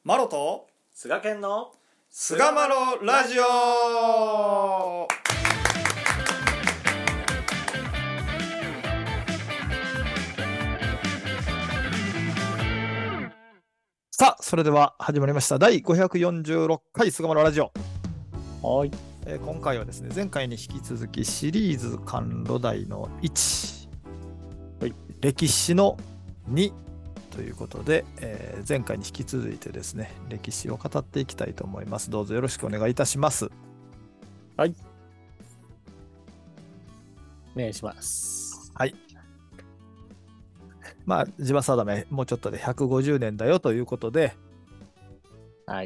マロと菅健の菅マロラジオ。さあ、それでは始まりました第546回菅マロラジオ。 はい、 今回はですね、前回に引き続きシリーズ甘露台の1、 はい、 歴史の2ということで、前回に引き続いてですね、歴史を語っていきたいと思います。どうぞよろしくお願いいたします。 はい、お願いします。 はい。まあ地場定めもうちょっとで150年だよということで、 はい、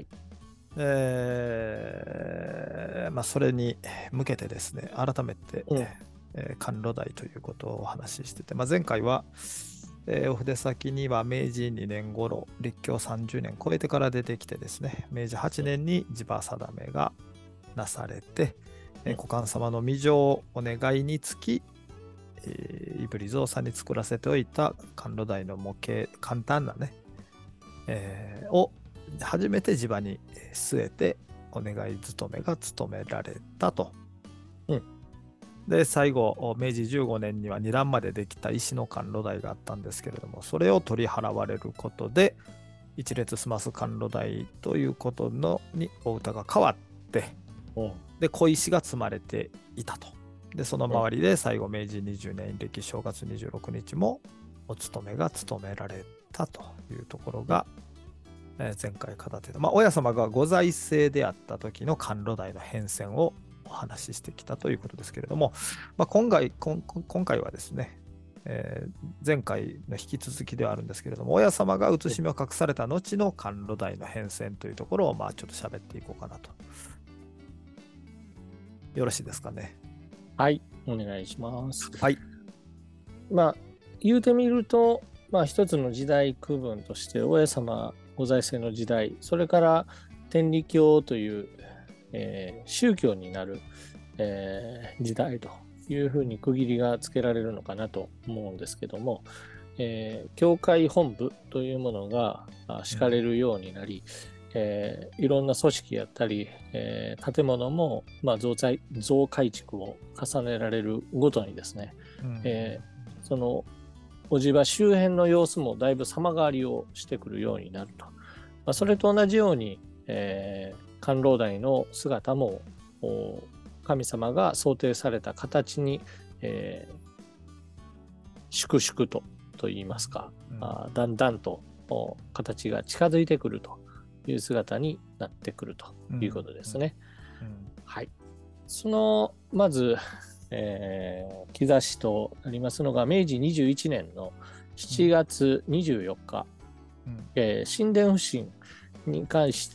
まあ、それに向けてですね、改めて、甘露台ということをお話ししてて、まあ、前回は、お筆先には明治2年頃、立教30年超えてから出てきてですね、明治8年に地場定めがなされて、小官様の未上お願いにつき、胆振蔵さんに作らせておいた甘露台の模型、簡単なね、を初めて地場に据えてお願い勤めが務められたと。で最後明治15年には2段までできた石の甘露台があったんですけれども、それを取り払われることで一列済ます甘露台ということのにお歌が変わって、で小石が積まれていたと。でその周りで最後明治20年暦正月26日もお勤めが務められたというところが、前回語ってた、親様がご在政であった時の甘露台の変遷をお話ししてきたということですけれども、今回はですね、前回の引き続きではあるんですけれども、親様が写し目を隠された後の甘露台の変遷というところをちょっと喋っていこうかなと。よろしいですかね。 はい、お願いします。 はい。 言うてみると、一つの時代区分として親様ご在政の時代、それから天理教という、宗教になる、時代というふうに区切りがつけられるのかなと思うんですけども、教会本部というものが敷かれるようになり、いろんな組織やったり、建物も、増改築を重ねられるごとにですね、そのお地場周辺の様子もだいぶ様変わりをしてくるようになると。それと同じように、甘露台の姿も神様が想定された形に、粛々といいますか、だんだんと形が近づいてくるという姿になってくるということですね。はい。そのまず、兆しとなりますのが明治21年の7月24日、神殿不信に関して、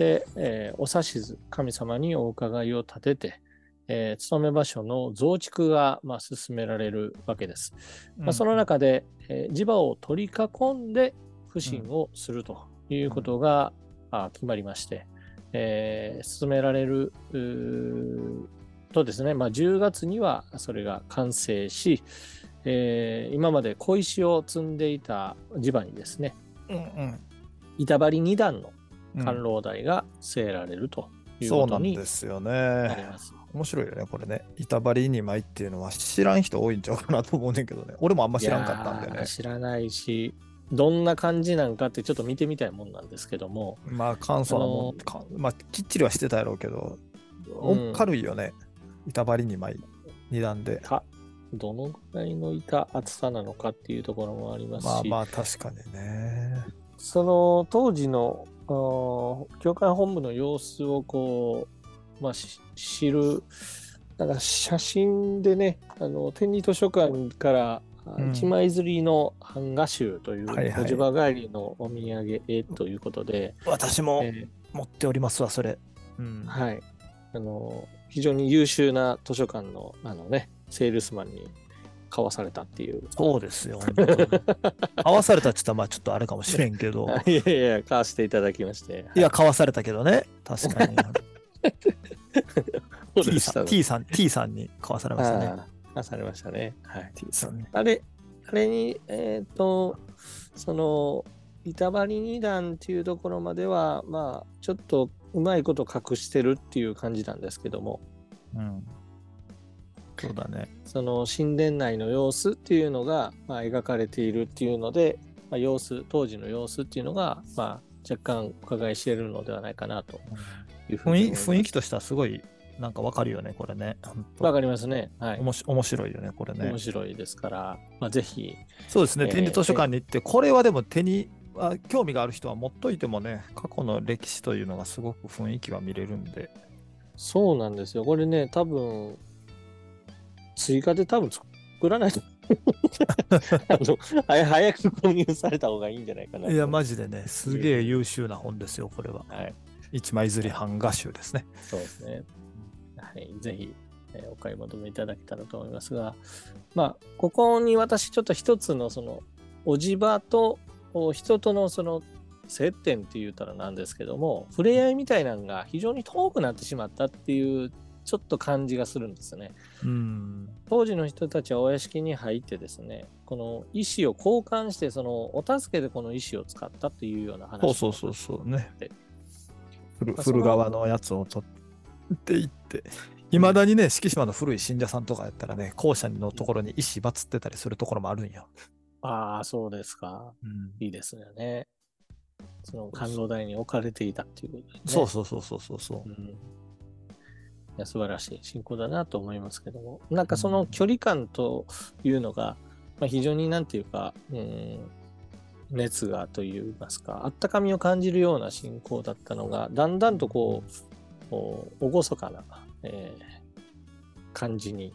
お指図神様にお伺いを立てて、勤め場所の増築が、進められるわけです。その中で、地場を取り囲んで不信をするということが、決まりまして、進められるとですね、10月にはそれが完成し、今まで小石を積んでいた地場にですね、板張り2段の甘露台が据えられるということになります。 そうなんですよね。面白いよね、これね。板張り2枚っていうのは知らん人多いんちゃうかなと思うねんけどね。俺もあんま知らんかったんでね。 知らないし、どんな感じなんかってちょっと見てみたいもんなんですけども。 簡素なもん、きっちりはしてたやろうけど、軽いよね。板張り2枚、2段で。 どのぐらいの板厚さなのかっていうところもありますし。 確かにね。 その当時の教会本部の様子を知る、なんか写真でね、天理図書館から一枚刷りの版画集というお地場帰りのお土産ということで、 私も持っておりますわ、それ。 はい。非常に優秀な図書館のセールスマンに買わされたっていう。 そうですよ。買わされたって言ったらちょっとあれかもしれんけど。 いや買わせていただきまして。 いや、買わされたけどね。確かに。T さんに買わされましたね。 買わされましたね。はい。 T さんね。 あれに、その板張り二段っていうところまでは、まあ、ちょっとうまいこと隠してるっていう感じなんですけども、 うん。そうだね。 その神殿内の様子っていうのが、まあ、描かれているっていうので、まあ、当時の様子っていうのが、まあ、若干伺い知れるのではないかなというふうに思います。 雰囲気としてはすごいなんかわかるよね、これね。 わかりますね。はい。 面白いよね、これね。 面白いですから、まあ、ぜひ。 そうですね、天理図書館に行って、これはでも興味がある人は持っといてもね、過去の歴史というのがすごく雰囲気は見れるんで。 そうなんですよ。これね、多分、追加で作らないと早く購入された方がいいんじゃないかな。 いや、マジでね、すげえ優秀な本ですよ、これは。 はい。 一枚刷り版画集ですね。 そうですね。はい。ぜひ、お買い求めいただけたらと思いますが、まあ、ここに私ちょっと一つのおじ場と人との接点って言ったらなんですけども、触れ合いみたいなのが非常に遠くなってしまったっていうちょっと感じがするんですね。当時の人たちはお屋敷に入ってですね、この石を交換して、お助けでこの石を使ったっていうような話。 そうね。古川のやつを取っていって、いまだにね、敷島の古い信者さんとかやったらね、校舎のところに石祀ってたりするところもあるんや。 ああ、そうですか。いいですよね。甘露台に置かれていたっていうことですね。 そう。 いや、素晴らしい信仰だなと思いますけども、なんかその距離感というのが、まあ、非常になんていうか、熱がといいますか、あったかみを感じるような信仰だったのが、だんだんと厳かな、感じに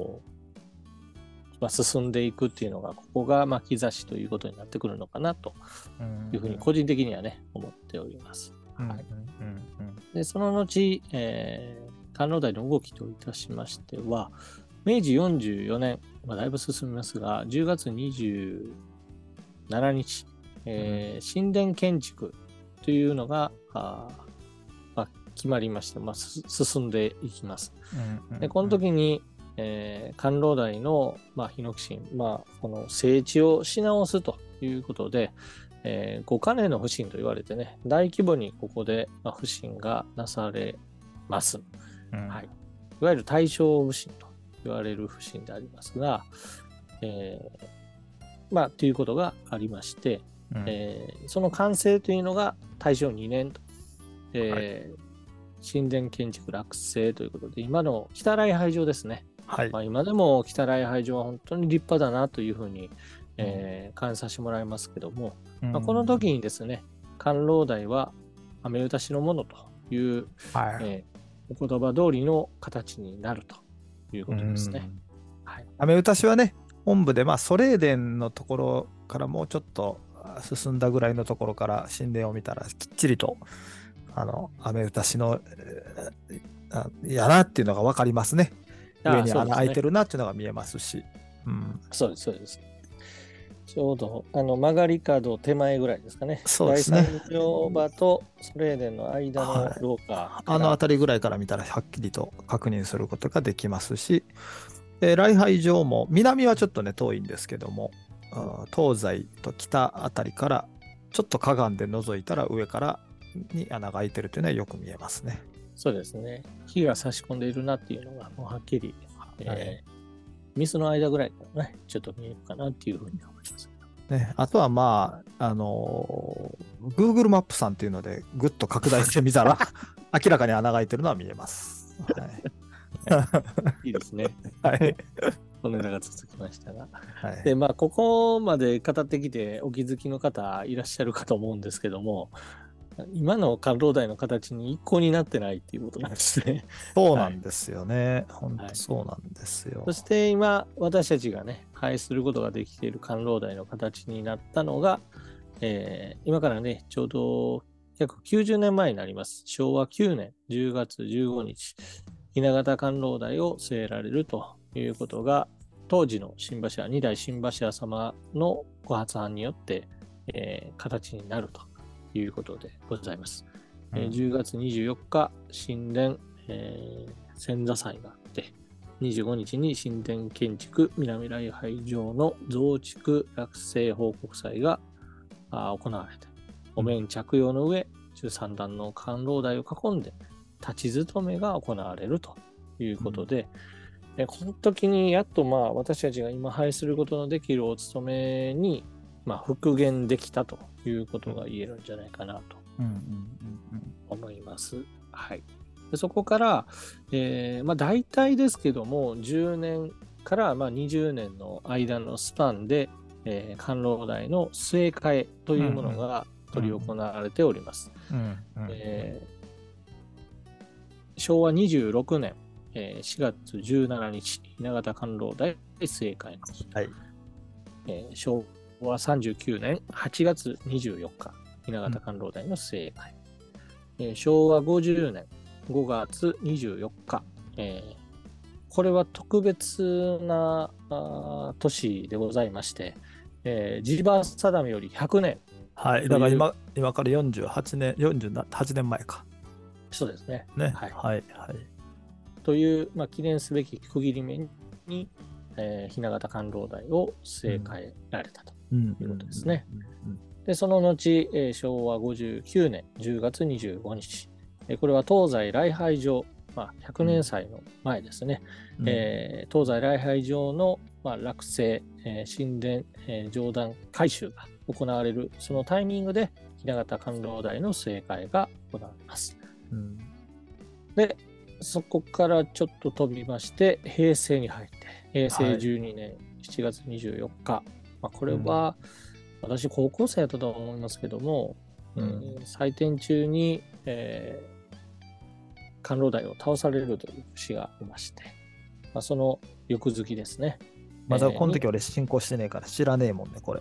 進んでいくっていうのが、ここが兆しということになってくるのかなというふうに個人的にはね、思っております。で、その後、甘露台の動きといたしましては、明治44年、だいぶ進みますが、10月27日、神殿建築というのが決まりまして、進んでいきます。で、この時に、甘露台の、日野神、この整地をし直すということで、五鐘の不審と言われてね、大規模にここで不審がなされます。はい、いわゆる大正不審と言われる不審でありますが、ということがありまして、その完成というのが大正2年と、神殿建築落成ということで、今の北礼拝場ですね。今でも北礼拝場は本当に立派だなというふうに、感じさせてもらいますけども、この時にですね、甘露台は雨打たしのものという、お言葉通りの形になるということですね。 雨打たしはね、本部でソレーデンのところからもうちょっと進んだぐらいのところから神殿を見たらきっちりと雨打たしのやなっていうのが分かりますね。上に穴開いてるなっていうのが見えますし。 そうです。ちょうど曲がり角手前ぐらいですかね。 そうですね。 第三乗場とソレーデンの間の廊下、 あの辺りぐらいから見たらはっきりと確認することができますし、礼拝場も南はちょっとね遠いんですけども、東西と北あたりからちょっとかがんで覗いたら上からに穴が開いてるというのはよく見えますね。 そうですね。火が差し込んでいるなっていうのがもうはっきり、水の間ぐらいからね、ちょっと見えるかなっていうふうに思います。 ね、あとはGoogle マップさんっていうのでぐっと拡大してみたら明らかに穴が開いてるのは見えます。 いいですね。 はい。 このネタが続きましたが。で、ここまで語ってきてお気づきの方いらっしゃるかと思うんですけども、今の甘露台の形に一向になってないっていうことなんですね。 そうなんですよね。本当そうなんですよ。 そして今、私たちがね、拝することができている甘露台の形になったのが、今からね、ちょうど約90年前になります。昭和9年10月15日、雛形甘露台を据えられるということが、当時の新橋屋、二代新橋屋様のご発案によって、形になるということでございます。10月24日、神殿、遷座祭があって、25日に神殿建築南礼拝場の増築落成報告祭が行われて、お面着用の上、13段の観楼台を囲んで、立ち勤めが行われるということで、この時にやっと私たちが今拝することのできるお勤めに、復元できたということが言えるんじゃないかなと思います。はい。でそこから、大体ですけども、10年から20年の間のスパンで、観楼台の据え替えというものが執り行われております。昭和26年、4月17日、雛形観楼台据え替えの日。はい。昭和39年8月24日、雛形観楼台の据え替え。昭和50年5月24日、これは特別な年でございまして、地場定めより100年。 はい、だから今から48年前か。 そうですね。 ね。はい。はい。 という、記念すべき区切り目に、雛形観楼台を据え替えられたということですね。で、その後、昭和59年10月25日、これは東西礼拝場、100年祭の前ですね。東西礼拝場の、落成、神殿、上段改修が行われる、そのタイミングで、雛形観楼台の据え替えが行われます。で、そこからちょっと飛びまして、平成に入って、平成12年7月24日、これは、私、高校生だったと思いますけども、祭典中に、観楼台を倒されるという節がありまして、その翌月ですね。 まだこの時俺進行してねえから知らねえもんね、これ。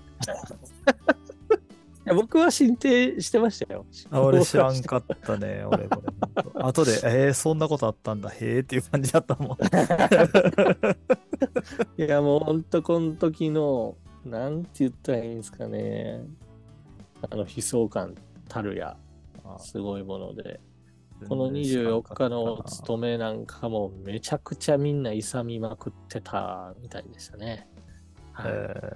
僕は進呈してましたよ。 俺知らんかったね、俺これ。後で、そんなことあったんだ、へえっていう感じだったもん。 いや、もうほんとこの時の、なんて言ったらいいんですかね。悲壮感たるや、すごいもので。この24日のお勤めなんかもめちゃくちゃみんな勇みまくってたみたいでしたね。 はい。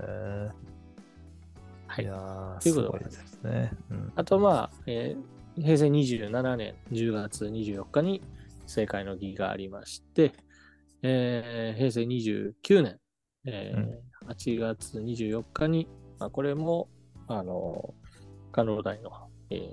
いやー、すごいですね。 あと平成27年10月24日に正解の儀がありまして、平成29年、8月24日に、これも、観楼台の、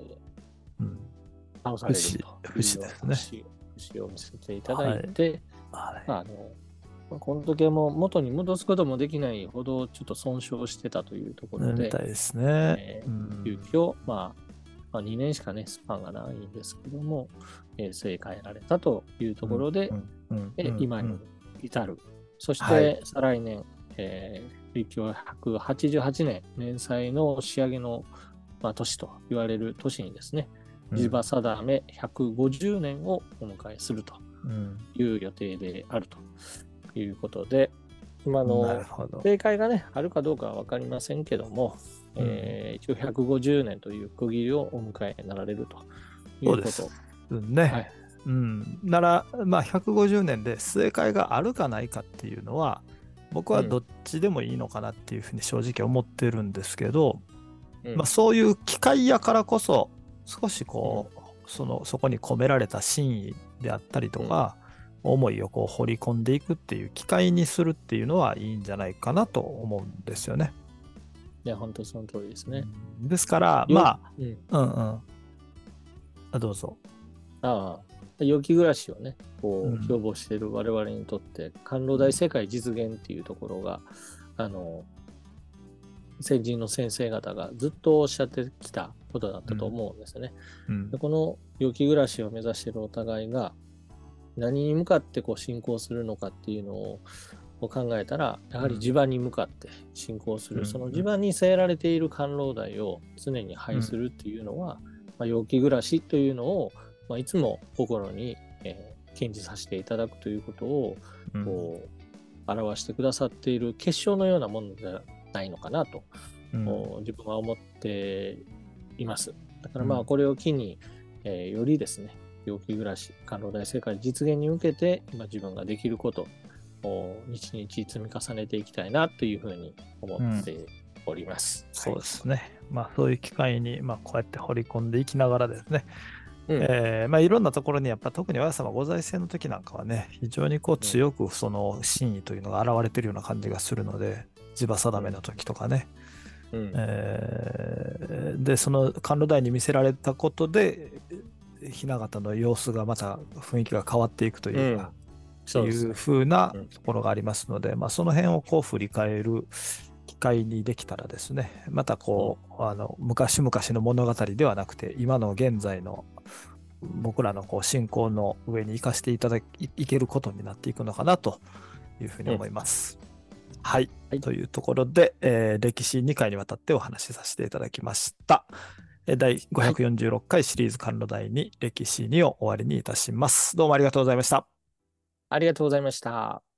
倒されると節ですね。 節を見せていただいて、この時計も元に戻すこともできないほどちょっと損傷してたというところで、 みたいですね。 急遽、2年しかね、スパンがないんですけども、据え替えられたというところで、今に至る。そして、再来年、立教188年、年祭の仕上げの、年と言われる年にですね、地場定め150年をお迎えするという予定であるということで、今の正解がね、あるかどうかは分かりませんけども、一応150年という区切りをお迎えになられるということ。そうですね。なら、150年で据え替えがあるかないかっていうのは、僕はどっちでもいいのかなっていうふうに正直思ってるんですけど、そういう機会やからこそ、少しそこに込められた真意であったりとか、思いを掘り込んでいくっていう機会にするっていうのはいいんじゃないかなと思うんですよね。 いや、本当その通りですね。 ですから、どうぞ。 陽気暮らしをね、標榜している我々にとって、観楼台世界実現っていうところが、先人の先生方がずっとおっしゃってきたことだったと思うんですね。でこの陽気暮らしを目指しているお互いが何に向かって信仰するのかっていうのを考えたら、やはり地場に向かって信仰する、その地場に据えられている観楼台を常に拝するっていうのは、陽気暮らしというのを、いつも心に、堅持させていただくということを表してくださっている結晶のようなものでないのかなと、自分は思っています。だからこれを機に、よりですね、陽気暮らし、観楼台世界実現に向けて今自分ができることを日々積み重ねていきたいなというふうに思っております。 そうですね。そういう機会に、こうやって掘り込んでいきながらですね、いろんなところにやっぱ特に親様ご在政の時なんかはね、非常に強くその真意というのが現れているような感じがするので、地場定めの時とかね、でその甘露台に見せられたことで雛形の様子がまた雰囲気が変わっていくというか、っていう風なところがありますので、その辺を振り返る機会にできたらですね、また昔々の物語ではなくて今の現在の僕らの信仰の上に生かしていけることになっていくのかなというふうに思います。はい、というところで、歴史2回にわたってお話しさせていただきました。第546回シリーズ甘露第2歴史2を終わりにいたします。どうもありがとうございました。 ありがとうございました。